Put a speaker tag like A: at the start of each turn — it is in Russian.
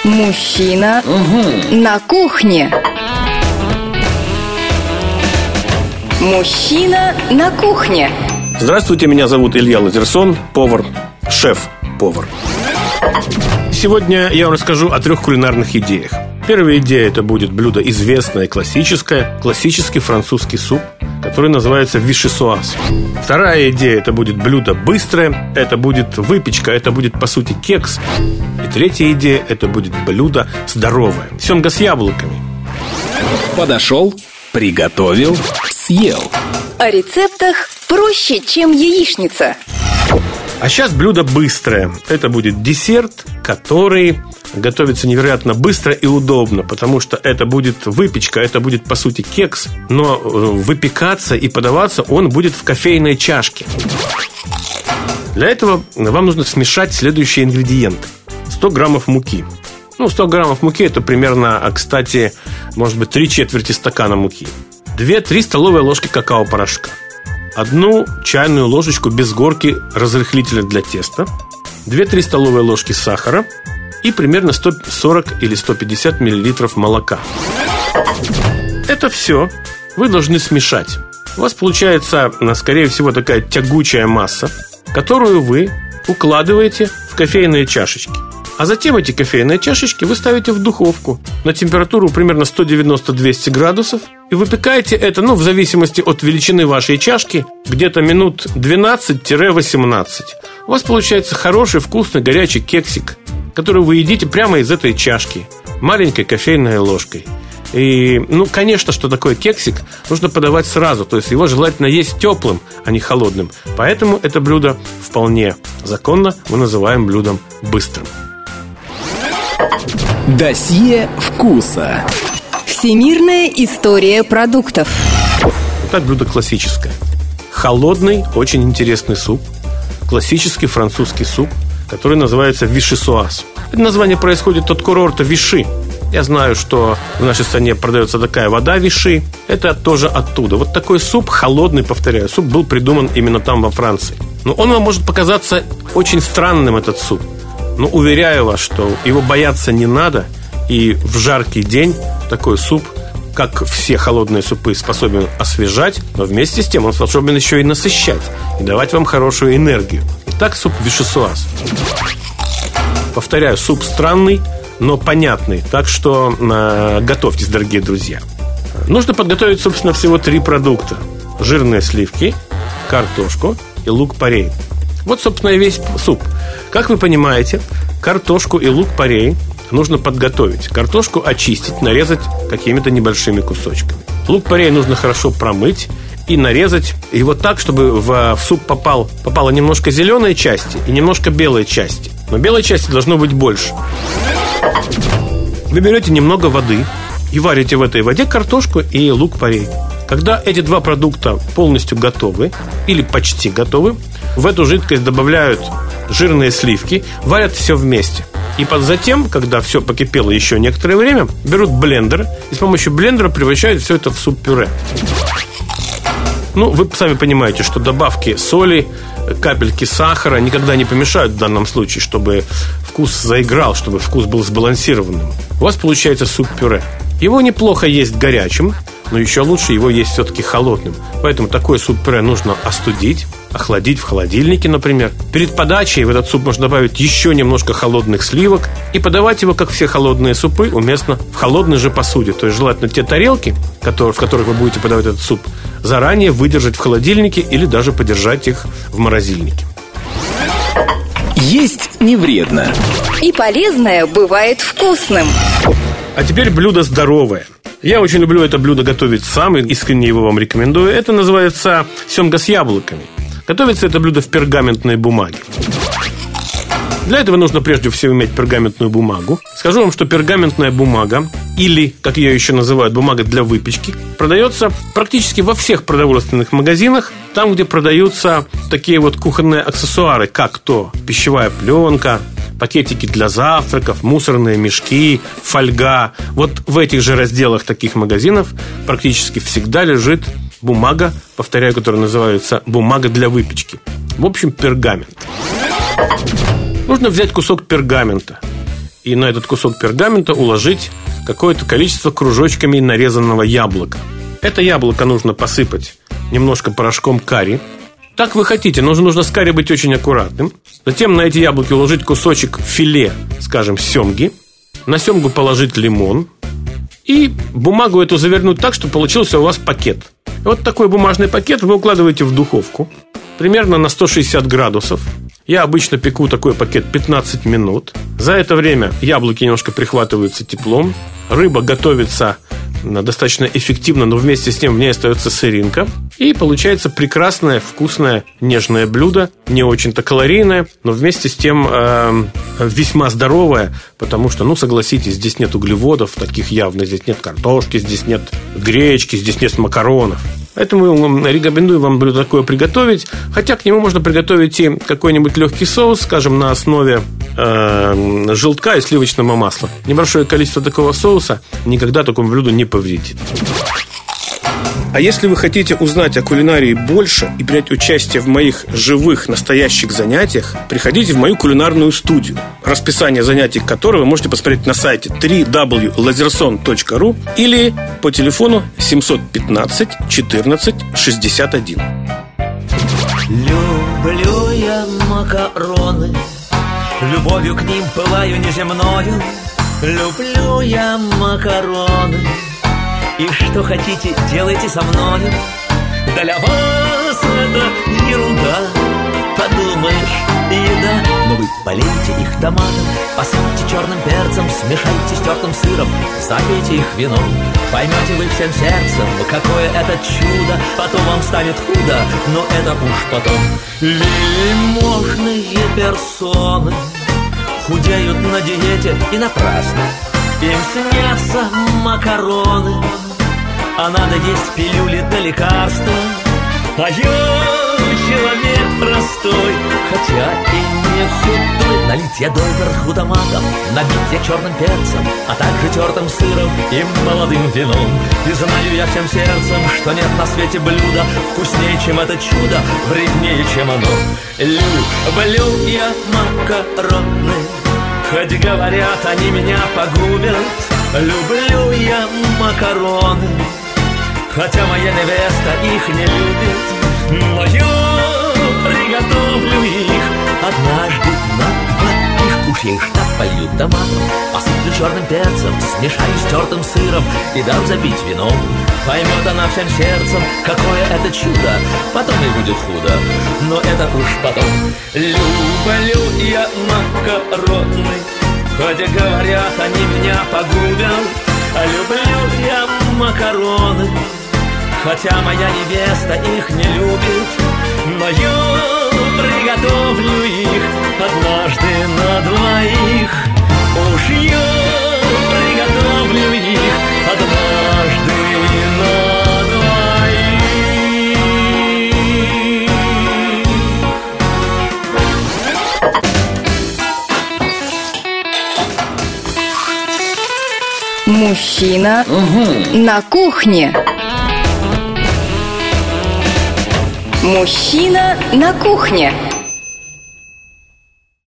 A: Мужчина на кухне. Мужчина на кухне.
B: Здравствуйте, меня зовут Илья Лазерсон, повар, шеф-повар. Сегодня я вам расскажу о 3 кулинарных идеях. Первая идея – это будет блюдо известное, классическое, классический французский суп, который называется вишесуаз. Вторая идея – это будет блюдо быстрое, это будет выпечка, это будет, по сути, кекс. И третья идея – это будет блюдо здоровое, семга с яблоками.
C: Подошел, приготовил, съел.
A: О рецептах проще, чем яичница.
B: А сейчас блюдо быстрое. Это будет десерт, который готовится невероятно быстро и удобно, потому что это будет выпечка, это будет, по сути, кекс, но выпекаться и подаваться он будет в кофейной чашке. Для этого вам нужно смешать следующие ингредиенты. 100 граммов муки. 100 граммов муки – это примерно, кстати, может быть, 3/4 стакана муки. 2-3 столовые ложки какао-порошка. 1 чайную ложечку без горки разрыхлителя для теста, 2-3 столовые ложки сахара и примерно 140 или 150 миллилитров молока. Это все вы должны смешать. У вас получается, скорее всего, такая тягучая масса, которую вы укладываете в кофейные чашечки. А затем эти кофейные чашечки вы ставите в духовку на температуру примерно 190-200 градусов и выпекаете это, в зависимости от величины вашей чашки, где-то минут 12-18. У вас получается хороший, вкусный, горячий кексик, который вы едите прямо из этой чашки, маленькой кофейной ложкой. И, конечно, что такое кексик, нужно подавать сразу. То есть его желательно есть теплым, а не холодным. Поэтому это блюдо вполне законно мы называем блюдом быстрым.
C: Досье вкуса.
A: Всемирная история продуктов.
B: Итак, блюдо классическое. Холодный, очень интересный суп. Классический французский суп, который называется вишесуаз. Это название происходит от курорта Виши. Я знаю, что в нашей стране продается такая вода Виши. Это тоже оттуда. Вот такой суп, холодный, повторяю, суп был придуман именно там, во Франции. Но он вам может показаться очень странным, этот суп. Но уверяю вас, что его бояться не надо. И в жаркий день такой суп, как все холодные супы, способен освежать, но вместе с тем он способен еще и насыщать и давать вам хорошую энергию. Итак, суп вишесуаз. Повторяю, суп странный, но понятный. Так что готовьтесь, дорогие друзья. Нужно подготовить, собственно, всего 3 продукта. Жирные сливки, картошку и лук-порей. Вот, собственно, и весь суп. Как вы понимаете, картошку и лук-порей нужно подготовить. Картошку очистить, нарезать какими-то небольшими кусочками. Лук-порей нужно хорошо промыть и нарезать его так, чтобы в суп попало немножко зеленой части и немножко белой части. Но белой части должно быть больше. Вы берете немного воды и варите в этой воде картошку и лук-порей. Когда эти 2 продукта полностью готовы или почти готовы, в эту жидкость добавляют жирные сливки, варят все вместе. И затем, когда все покипело еще некоторое время, берут блендер и с помощью блендера превращают все это в суп-пюре. Вы сами понимаете, что добавки соли, капельки сахара никогда не помешают в данном случае, чтобы вкус заиграл, чтобы вкус был сбалансированным. У вас получается суп-пюре. Его неплохо есть горячим, но еще лучше его есть все-таки холодным. Поэтому такой суп-пюре нужно остудить, охладить в холодильнике, например. Перед подачей в этот суп можно добавить еще немножко холодных сливок и подавать его, как все холодные супы, уместно в холодной же посуде. То есть желательно те тарелки, в которых вы будете подавать этот суп, заранее выдержать в холодильнике или даже подержать их в морозильнике.
C: Есть не вредно.
A: И полезное бывает вкусным.
B: А теперь блюдо здоровое. Я очень люблю это блюдо готовить сам, и искренне его вам рекомендую. Это называется семга с яблоками. Готовится это блюдо в пергаментной бумаге. Для этого нужно прежде всего иметь пергаментную бумагу. Скажу вам, что пергаментная бумага, или, как ее еще называют, бумага для выпечки, продается практически во всех продовольственных магазинах, там, где продаются такие вот кухонные аксессуары, как то пищевая пленка, пакетики для завтраков, мусорные мешки, фольга. Вот в этих же разделах таких магазинов практически всегда лежит бумага, повторяю, которая называется бумага для выпечки. В общем, пергамент. Нужно взять кусок пергамента и на этот кусок пергамента уложить какое-то количество кружочками нарезанного яблока. Это яблоко нужно посыпать немножко порошком карри. Так вы хотите, но нужно с карри быть очень аккуратным. Затем на эти яблоки уложить кусочек филе, скажем, семги. На семгу положить лимон. И бумагу эту завернуть так, чтобы получился у вас пакет. Вот такой бумажный пакет вы укладываете в духовку примерно на 160 градусов. Я обычно пеку такой пакет 15 минут. За это время яблоки немножко прихватываются теплом. Рыба готовится достаточно эффективно, но вместе с тем в ней остается сыринка. И получается прекрасное, вкусное, нежное блюдо. Не очень-то калорийное, но вместе с тем весьма здоровое. Потому что, согласитесь, здесь нет углеводов таких явно. Здесь нет картошки, здесь нет гречки, здесь нет макаронов. Поэтому рекомендую вам блюдо такое приготовить. Хотя к нему можно приготовить и какой-нибудь легкий соус, скажем, на основе желтка и сливочного масла. Небольшое количество такого соуса никогда такому блюду не повредит. А если вы хотите узнать о кулинарии больше и принять участие в моих живых, настоящих занятиях, приходите в мою кулинарную студию, расписание занятий которой вы можете посмотреть на сайте www.lazerson.ru или по телефону 715 14 61.
D: Люблю я макароны, любовью к ним пылаю неземною. Люблю я макароны, и что хотите, делайте со мною. Для вас это ерунда, подумаешь, еда. Но вы полейте их томатом, посыпьте черным перцем, смешайте с тертым сыром, запейте их вином. Поймете вы всем сердцем, какое это чудо. Потом вам станет худо, но это уж потом. Вельможные персоны худеют на диете и напрасно. Им снятся макароны, а надо есть пилюли для лекарства. А я человек простой, хотя и не худой. Налить я доверху томатом, набить я черным перцем, а также тертым сыром и молодым вином. И знаю я всем сердцем, что нет на свете блюда вкуснее, чем это чудо, вреднее, чем оно. Люблю я макароны, хоть говорят, они меня погубят. Люблю я макароны, хотя моя невеста их не любит. Но я приготовлю их однажды на двоих. Уж я их так полью томатом, посыплю черным перцем, смешаю с тертым сыром и дам запить вином. Поймет она всем сердцем, какое это чудо, потом и будет худо, но это уж потом. Люблю я макароны, хотя говорят, они меня погубят. Люблю я макароны, хотя моя невеста их не любит. Но я приготовлю их однажды на двоих. Уж я приготовлю их однажды на
A: двоих. Мужчина на кухне. Мужчина на кухне.